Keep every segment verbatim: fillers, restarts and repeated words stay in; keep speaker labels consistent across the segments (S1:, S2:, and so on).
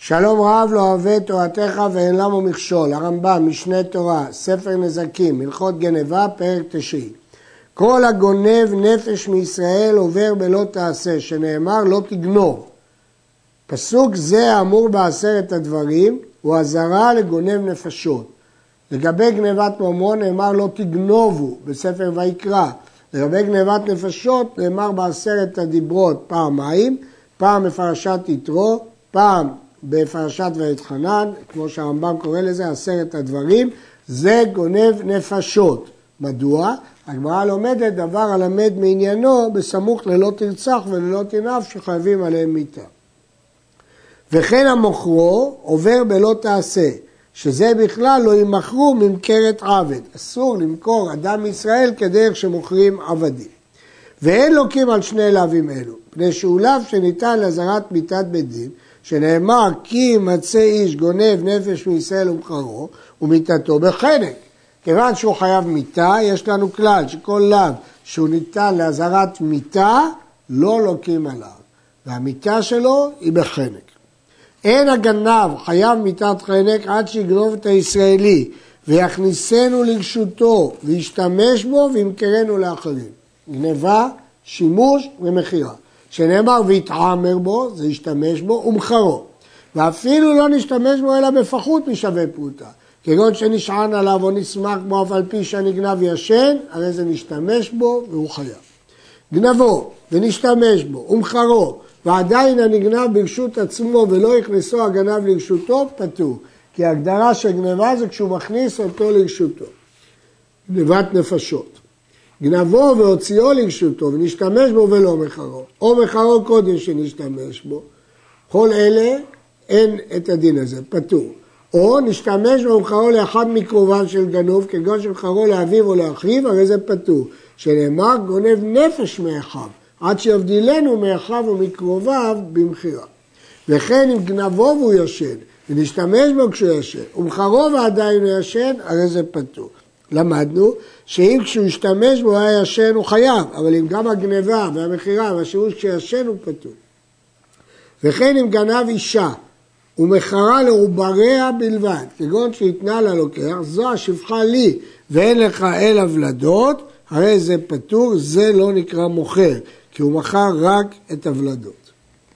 S1: שלום רב לא אוהב את תורתך ואין למו מכשול. הרמב"ם, משנה תורה, ספר נזקים, הלכות גנבה, פרק תשעי. כל הגונב נפש מישראל עובר בלא תעשה, שנאמר לא תגנוב. פסוק זה האמור בעשרת הדברים, הוא אזהרה לגונב נפשות. לגבי גנבת ממון נאמר לא תגנובו בספר ויקרא. לגבי גנבת נפשות נאמר בעשרת הדיברות פעמיים, פעם בפרשת יתרו, פעם בפרשת ואתחנן, כמו שהרמב"ם קורא לזה, עשרת הדברים, זה גונב נפשות. מדוע? הגמרא לומדת דבר הלמד מעניינו בסמוך ללא תרצח וללא תנאף שחייבים עליהם מיתה. וכן המוכרו עובר בלא תעשה, שזה בכלל לא ימכרו ממכרת עבד. אסור למכור אדם ישראל כדרך שמוכרים עבדים. ואין לוקים על שני לאווים אלו, פני שהוא לאו שניתן להזהרת מיתת בית דין, שנאמר כי מצא איש גונב נפש מישראל ומכרו, ומיתתו בחנק. כיוון שהוא חייב מיתה, יש לנו כלל שכל לאו שהוא ניתן להזהרת מיתה, לא לוקים עליו. והמיתה שלו היא בחנק. אין הגנב חייב מיתת חנק עד שיגנוב את הישראלי, ויכניסנו לרשותו, וישתמש בו, וימכרנו לאחרים. גנבה, שימוש ומכירה. שנאמר ויתעמר בו, זה ישתמש בו, ומכרו. ואפילו לא נשתמש בו אלא בפחות משווה פרוטה. כגון שנשען עליו או נשמח בו, אף על פי שהנגנב ישן, הרי זה נשתמש בו והוא חייב. גנבו ונשתמש בו, ומכרו, ועדיין הנגנב ברשות עצמו ולא יכנסו הגנב לרשותו, פטור. כי ההגדרה של גנבה זה כשהוא מכניס אותו לרשותו. גנבת נפשות. גנבו והוציאו לרשותו ונשתמש בו ולא מכרו, או מכרו קודם שנשתמש בו, כל אלה אין את הדין הזה, פטור. או נשתמש בו ומכרו לאחד מקרוביו של גנוב, כגון שמכרו לאביו או לאחיו, הרי זה פטור. שנאמר גונב נפש מאחיו, עד שיבדילנו מאחיו ומקרוביו במכירה. וכן אם גנבו והוא ישן, ונשתמש בו כשהוא ישן, ומכרו ועדיין הוא ישן, הרי זה פטור. למדנו שאם כשהוא ישתמש בו היה ישן הוא חייב, אבל אם גם הגנבה והמכירה והשימוש כשישן הוא פטור. וכן אם גנב אישה ומכרה לעובריה בלבד, כגון שהתנה ללוקח, זו השפחה לי ואין לך אלא ולדות, הרי זה פטור, זה לא נקרא מוכר, כי הוא מכר רק את הוולדות.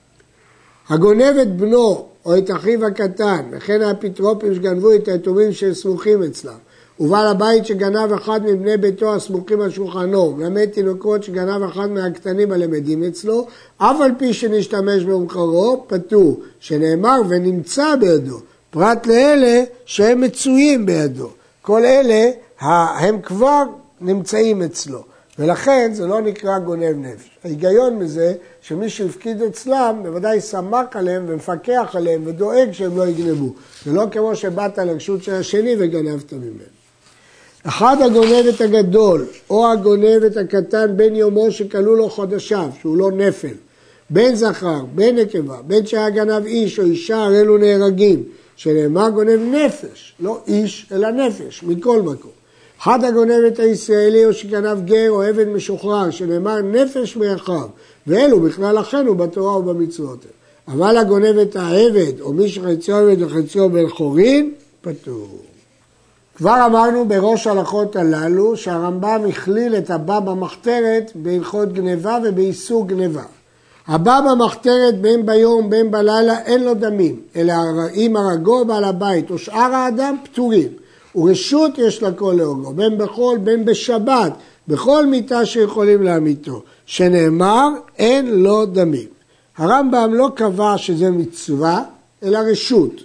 S1: הגונב את בנו או את אחיו הקטן, וכן האפיטרופים שגנבו את היתומים שסמוכים אצלם, ובעל הבית שגנב אחד מבני ביתו הסמוכים על שולחנו, מלמד תינוקות שגנב אחד מהקטנים הלמדים אצלו, אף על פי שנשתמש במכרו, פטור, שנאמר ונמצא בידו, פרט לאלה שהם מצויים בידו. כל אלה הם כבר נמצאים אצלו, ולכן זה לא נקרא גונב נפש. ההיגיון מזה שמי שהפקיד אצלם בוודאי סמך עליהם ומפקח עליהם ודואג שהם לא יגנבו. זה לא כמו שבאת לרשות של השני וגנבת ממנו. אחד הגונב את הגדול או הגונב את הקטן בין יומו שכלו לו חודשיו, שהוא לא נפל, בין זכר, בין נקבה, בין שהיה גנב איש או אישה, הרי אלו נהרגים, שנאמר גונב נפש, לא איש אלא נפש, מכל מקום. אחד הגונב את הישראלי או שגנב גר או עבד משוחרר, שנאמר נפש מאחיו, ואלו בכלל אחינו בתורה ובמצוות. אבל הגונב את העבד או מי שחציו עבד וחציו בן חורין, פטור. כבר אמרנו בראש הלכות הללו שהרמב"ם הכליל את הבא במחתרת בהלכות גנבה ובאיסור גנבה. הבא במחתרת בין ביום בין בלילה אין לו דמים, אלא אם הרגו בעל הבית או שאר האדם פטורים. ורשות יש לכל להורגו, בין בחול בין בשבת, בכל מיטה שיכולים להמיתו, שנאמר אין לו דמים. הרמב"ם לא קבע שזה מצווה, אלא רשות.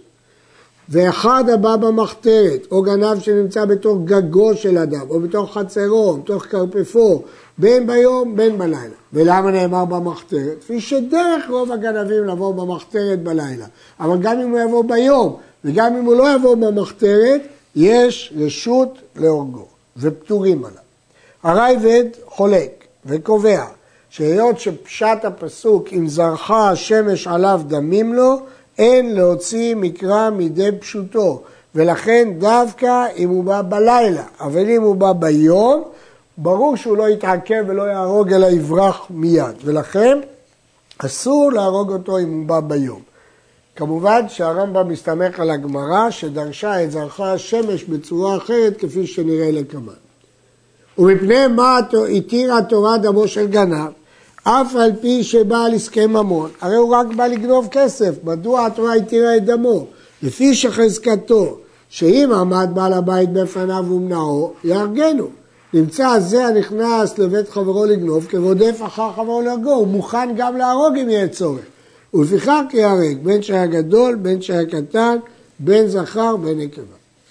S1: ואחד הבא במחתרת, או גנב שנמצא בתוך גגו של אדם, או בתוך חצרו, או בתוך קרפפו, בין ביום, בין בלילה. ולמה נאמר במחתרת? כפי שדרך רוב הגנבים לבוא במחתרת בלילה. אבל גם אם הוא יבוא ביום, וגם אם הוא לא יבוא במחתרת, יש רשות להורגו, ופטורים עליו. הרייבד חולק וקובע, שהיות שפשט הפסוק, אם זרחה השמש עליו דמים לו, אין להוציא מקרא מידי פשוטו, ולכן דווקא אם הוא בא בלילה, אבל אם הוא בא ביום, ברור שהוא לא יתעכב ולא יהרוג אלא יברח מיד, ולכן אסור להרוג אותו אם הוא בא ביום. כמובן שהרמב"ם מסתמך על הגמרא שדרשה את זרחה השמש בצורה אחרת כפי שנראה לקמן. ומפני מה התירה התורה דמו של גנב, אף על פי שבא על עסקי ממון, הרי הוא רק בא לגנוב כסף, מדוע התורה התירה את דמו? לפי שחזקתו, שאם עמד בעל הבית בפניו ומנעו, יהרגנו. נמצא זה הנכנס לבית חברו לגנוב, כרודף אחר חברו להרגו, הוא מוכן גם להרוג אם יהיה צורך. ולפיכך יהרג, בין שהיה גדול, בין שהיה קטן, בין זכר, בין נקבה.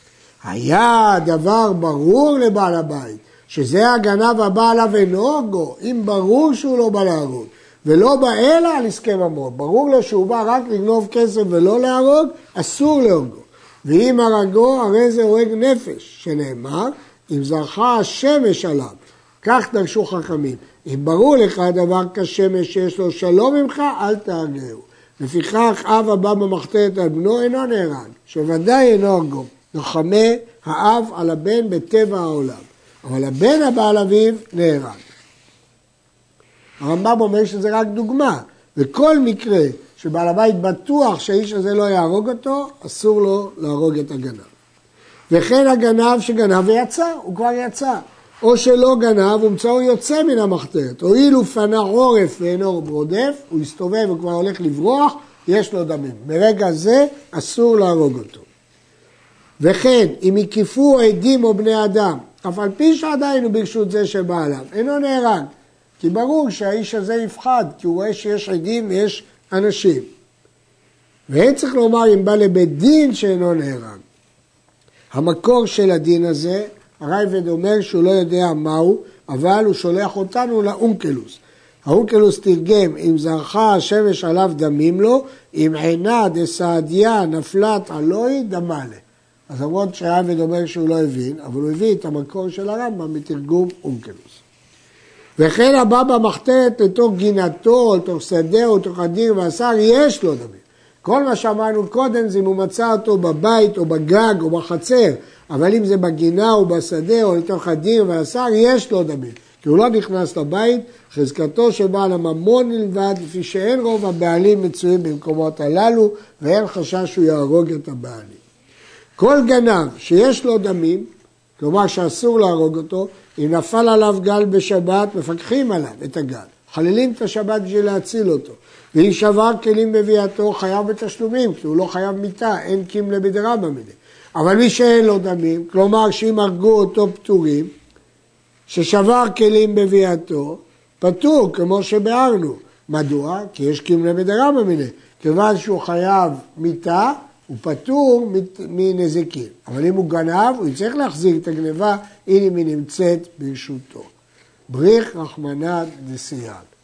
S1: היה דבר ברור לבעל הבית, שזה הגנב הבא עליו אינו הרגו, אם ברור שהוא לא בא להרוג, ולא בא אלא על עסקי ממון, ברור לו שהוא בא רק לגנוב כסף ולא להרוג, אסור להורגו. ואם הרגו, הרי זה הורג נפש, שנאמר, אם זרחה השמש עליו, כך דרשו חכמים. אם ברור לך דבר כשמש שיש לו שלום ממך, אל תהרגהו. לפיכך אב הבא במחתרת על בנו אינו נהרג, שוודאי אינו הרגו. נחמה האב על הבן בטבע העולם, אבל הבן הבא על אביו נהרג. הרמב"ם אומר שזה רק דוגמה, וכל מקרה שבעל הבית בטוח שהאיש הזה לא יהרוג אותו, אסור לו להרוג את הגנב. וכן הגנב שגנב ויצא, הוא כבר יצא. או שלא גנב, ומצאו יוצא מן המחתרת. הואיל ופנה עורף ואינו רודף, הוא הסתובב וכבר הולך לברוח, יש לו דמים. ברגע זה אסור להרוג אותו. וכן, אם הקיפו עדים או בני אדם, אף על פי שעדיין הוא ברשות זה שבא עליו, אינו נהרג. כי ברור שהאיש הזה יפחד, כי הוא רואה שיש עדים ויש אנשים. ואין צריך לומר אם בא לבית דין שאינו נהרג. המקור של הדין הזה, הרייבד אומר שהוא לא יודע מהו, אבל הוא שולח אותנו לאונקלוס. האונקלוס תרגם, אם זרחה השמש עליו דמים לו, אם עינה דסעדיה נפלת עלוי דמלה. אז למרות שהרייבד אומר שהוא לא הבין, אבל הוא הביא את המקור של הרמב"ם מתרגום אונקלוס. וכן הבא במחתרת לתוך גינתו, לתוך שדה, לתוך הדיר והשר, יש לו דמים. כל מה שאמרנו קודם זה אם הוא מצא אותו בבית או בגג או בחצר, אבל אם זה בגינה או בשדה או לתוך הדיר והשר, יש לו דמים. כי הוא לא נכנס לבית, חזקתו שבעל הממון נלבד, לפי שאין רוב הבעלים מצויים במקומות הללו, ואין חשש שהוא יהרוג את הבעלים. כל גנב שיש לו דמים, כלומר שאסור להרוג אותו, אם נפל עליו גל בשבת, מפקחים עליו את הגל. חללים את השבת בשביל להציל אותו. ואם שבר כלים בביאתו, חייב בתשלומים, כי הוא לא חייב מיתה, אין קימלה בדרבא מיניה. אבל מי שאין לו דמים, כלומר שאם הרגו אותו פטורים, ששבר כלים בביאתו, פטור, כמו שבארנו. מדוע? כי יש קימלה בדרבא מיניה. כיוון שהוא חייב מיתה, הוא פטור מנזיקים. אבל אם הוא גנב, הוא צריך להחזיר את הגנבה, אם היא נמצאת ברשותו. בריך רחמנא דסייען.